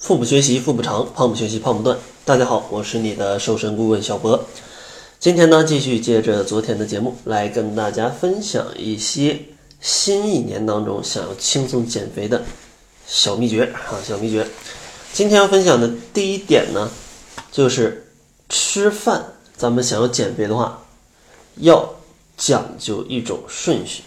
腹部学习腹部长，胖不学习胖不断。大家好，我是你的瘦身顾问小博。今天呢，继续接着昨天的节目来跟大家分享一些新一年当中想要轻松减肥的小秘诀啊，小秘诀。今天要分享的第一点呢，就是吃饭，咱们想要减肥的话，要讲究一种顺序。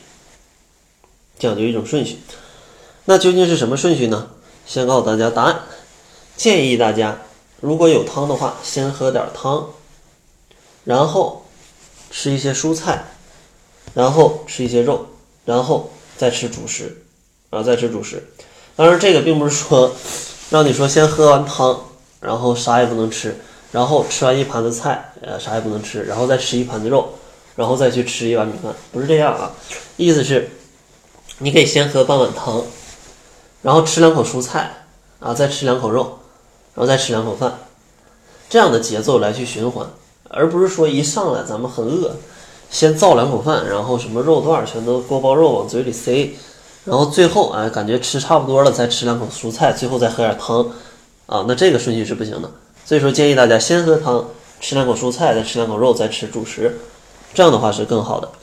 那究竟是什么顺序呢？先告诉大家答案。建议大家如果有汤的话，先喝点汤，然后吃一些蔬菜，然后吃一些肉，然后再吃主食当然这个并不是说让你说先喝完汤，然后啥也不能吃，然后吃完一盘子菜啥也不能吃，然后再吃一盘子肉，然后再去吃一碗米饭，不是这样啊。意思是你可以先喝半碗汤，然后吃2口蔬菜再吃2口肉，然后再吃2口饭，这样的节奏来去循环，而不是说一上来咱们很饿，先造2口饭，然后什么肉段全都锅包肉往嘴里塞，然后最后感觉吃差不多了，再吃2口蔬菜，最后再喝点汤那这个顺序是不行的。所以说建议大家先喝汤，吃2口蔬菜，再吃2口肉，再吃主食，这样的话是更好的。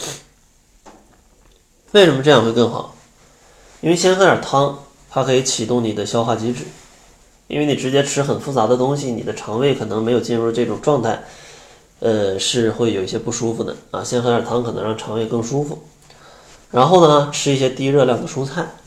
为什么这样会更好？因为先喝点汤，它可以启动你的消化机制，因为你直接吃很复杂的东西，你的肠胃可能没有进入这种状态，是会有一些不舒服的先喝点汤可能让肠胃更舒服。然后呢，吃一些低热量的蔬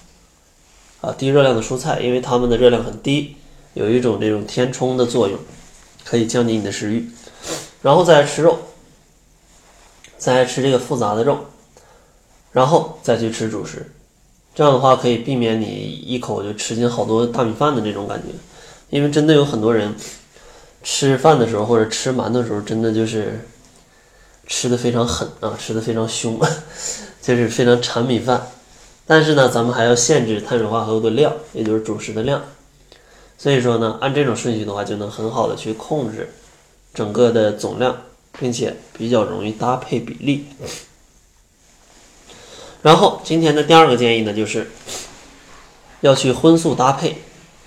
菜因为它们的热量很低，有一种这种填充的作用，可以降低你的食欲。然后再来吃肉，再来吃这个复杂的肉，然后再去吃主食。这样的话可以避免你一口就吃进好多大米饭的这种感觉。因为真的有很多人吃饭的时候或者吃馒头的时候，真的就是吃得非常狠吃得非常凶就是非常馋米饭。但是呢，咱们还要限制碳水化合物的量，也就是主食的量。所以说呢，按这种顺序的话，就能很好的去控制整个的总量，并且比较容易搭配比例。然后今天的第二个建议呢，就是要去荤素搭配。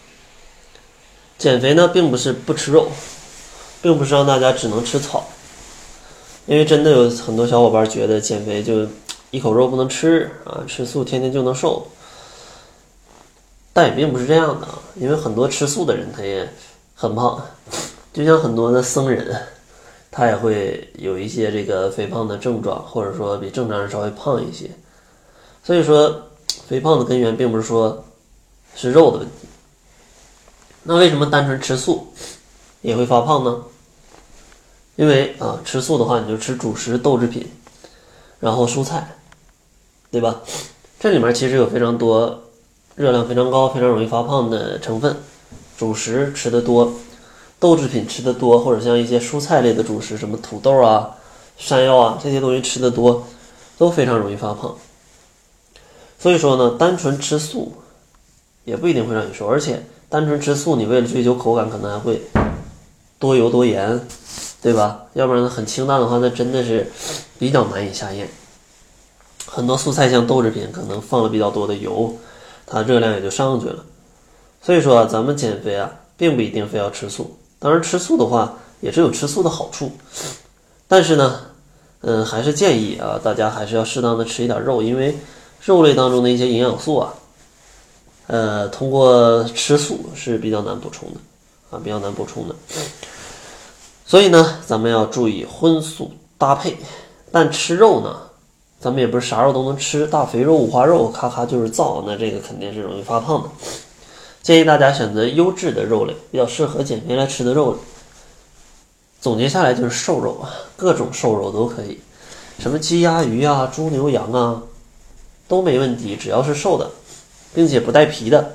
减肥呢并不是不吃肉，并不是让大家只能吃草，因为真的有很多小伙伴觉得减肥就一口肉不能吃吃素天天就能瘦，但也并不是这样的因为很多吃素的人他也很胖，就像很多的僧人，他也会有一些这个肥胖的症状，或者说比正常人稍微胖一些。所以说肥胖的根源并不是说是肉的问题。那为什么单纯吃素也会发胖呢？因为吃素的话你就吃主食豆制品，然后蔬菜，对吧？这里面其实有非常多热量非常高非常容易发胖的成分。主食吃得多，豆制品吃得多，或者像一些蔬菜类的主食，什么土豆山药这些东西吃得多，都非常容易发胖。所以说呢，单纯吃素也不一定会让你瘦，而且单纯吃素你为了追求口感可能还会多油多盐，对吧？要不然很清淡的话，那真的是比较难以下咽。很多素菜像豆制品可能放了比较多的油，它热量也就上去了。所以说咱们减肥并不一定非要吃素。当然吃素的话也是有吃素的好处，但是呢还是建议大家还是要适当的吃一点肉，因为肉类当中的一些营养素通过吃素是比较难补充的所以呢，咱们要注意荤素搭配。但吃肉呢，咱们也不是啥肉都能吃，大肥肉五花肉咔咔就是造，那这个肯定是容易发胖的。建议大家选择优质的肉类，比较适合减肥来吃的肉类。总结下来就是瘦肉各种瘦肉都可以，什么鸡鸭鱼猪牛羊都没问题，只要是瘦的并且不带皮的，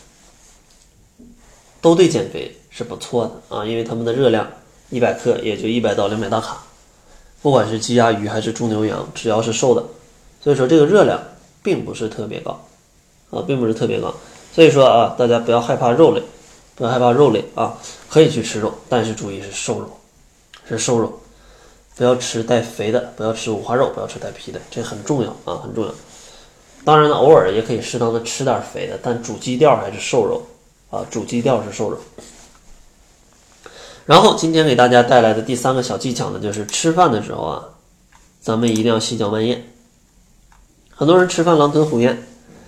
都对减肥是不错的因为它们的热量100克也就100到200大卡，不管是鸡鸭鱼还是猪牛羊，只要是瘦的，所以说这个热量并不是特别高所以说大家不要害怕肉类，可以去吃肉，但是注意是瘦肉，不要吃带肥的，不要吃五花肉，不要吃带皮的，这很重要当然呢，偶尔也可以适当的吃点肥的，但主基调还是瘦肉主基调是瘦肉。然后今天给大家带来的第3个小技巧呢，就是吃饭的时候咱们一定要细嚼慢咽。很多人吃饭狼吞虎咽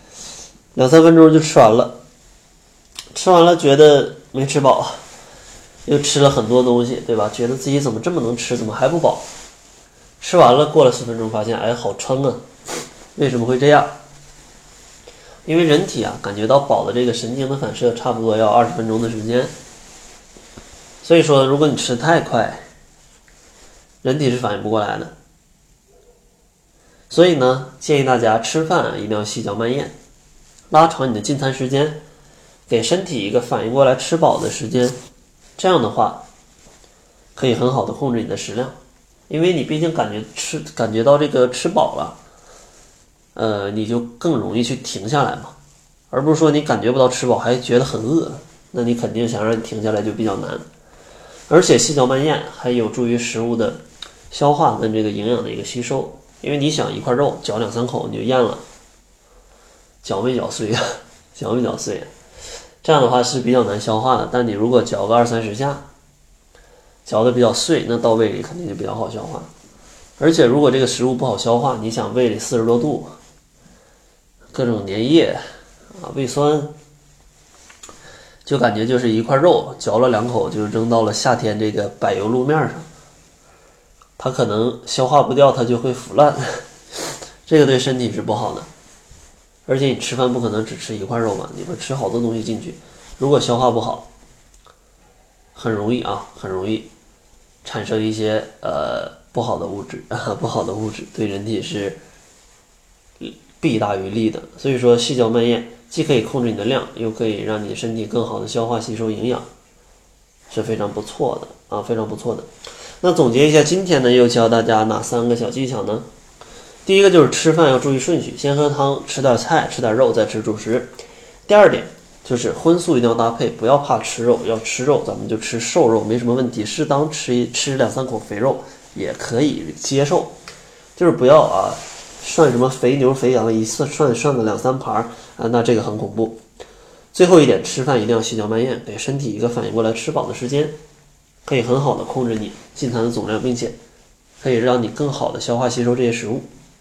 ，2-3分钟就吃完了，吃完了觉得没吃饱，又吃了很多东西，对吧？觉得自己怎么这么能吃，怎么还不饱？吃完了过了10分钟发现好撑啊。为什么会这样？因为人体感觉到饱的这个神经的反射差不多要20分钟的时间。所以说如果你吃得太快，人体是反应不过来的。所以呢，建议大家吃饭一定要细嚼慢咽，拉长你的进餐时间，给身体一个反应过来吃饱的时间。这样的话可以很好的控制你的食量，因为你毕竟感觉到这个吃饱了，你就更容易去停下来嘛，而不是说你感觉不到吃饱还觉得很饿，那你肯定想让你停下来就比较难。而且细嚼慢咽还有助于食物的消化跟这个营养的一个吸收，因为你想一块肉嚼2-3口你就咽了，嚼没嚼碎啊？嚼没嚼碎啊？这样的话是比较难消化的。但你如果嚼个20-30下，嚼的比较碎，那到胃里肯定就比较好消化。而且如果这个食物不好消化，你想胃里40多度，各种粘液胃酸，就感觉就是一块肉嚼了2口就扔到了夏天这个柏油路面上，它可能消化不掉，它就会腐烂，这个对身体是不好的。而且你吃饭不可能只吃一块肉吧，你会吃好多东西进去，如果消化不好，很容易产生一些不好的物质，对人体是弊大于利的。所以说细嚼慢咽既可以控制你的量，又可以让你身体更好的消化吸收营养，是非常不错的非常不错的。那总结一下，今天呢又教大家哪3个小技巧呢？第一个就是吃饭要注意顺序，先喝汤，吃点菜，吃点肉，再吃主食。第二点就是荤素一定要搭配，不要怕吃肉，要吃肉咱们就吃瘦肉没什么问题，适当吃2-3口肥肉也可以接受，就是不要涮什么肥牛肥羊，一涮个2-3盘那这个很恐怖。最后一点，吃饭一定要细嚼慢咽，给身体一个反应过来吃饱的时间，可以很好的控制你进餐的总量，并且可以让你更好的消化吸收这些食物。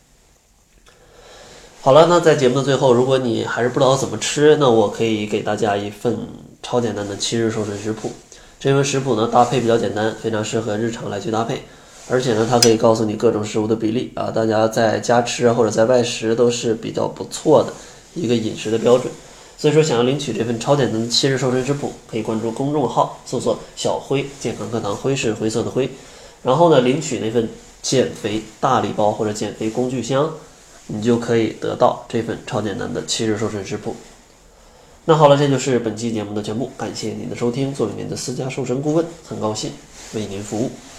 好了，那在节目的最后，如果你还是不知道怎么吃，那我可以给大家一份超简单的7日瘦身食谱。这份食谱呢搭配比较简单，非常适合日常来去搭配，而且呢它可以告诉你各种食物的比例大家在家吃或者在外食都是比较不错的一个饮食的标准。所以说想要领取这份超简单的7日瘦身食谱，可以关注公众号搜索小辉健康课堂，辉是灰色的灰，然后呢领取那份减肥大礼包或者减肥工具箱，你就可以得到这份超简单的7日瘦身食谱。那好了，这就是本期节目的全部，感谢您的收听。作为您的私家瘦身顾问，很高兴为您服务。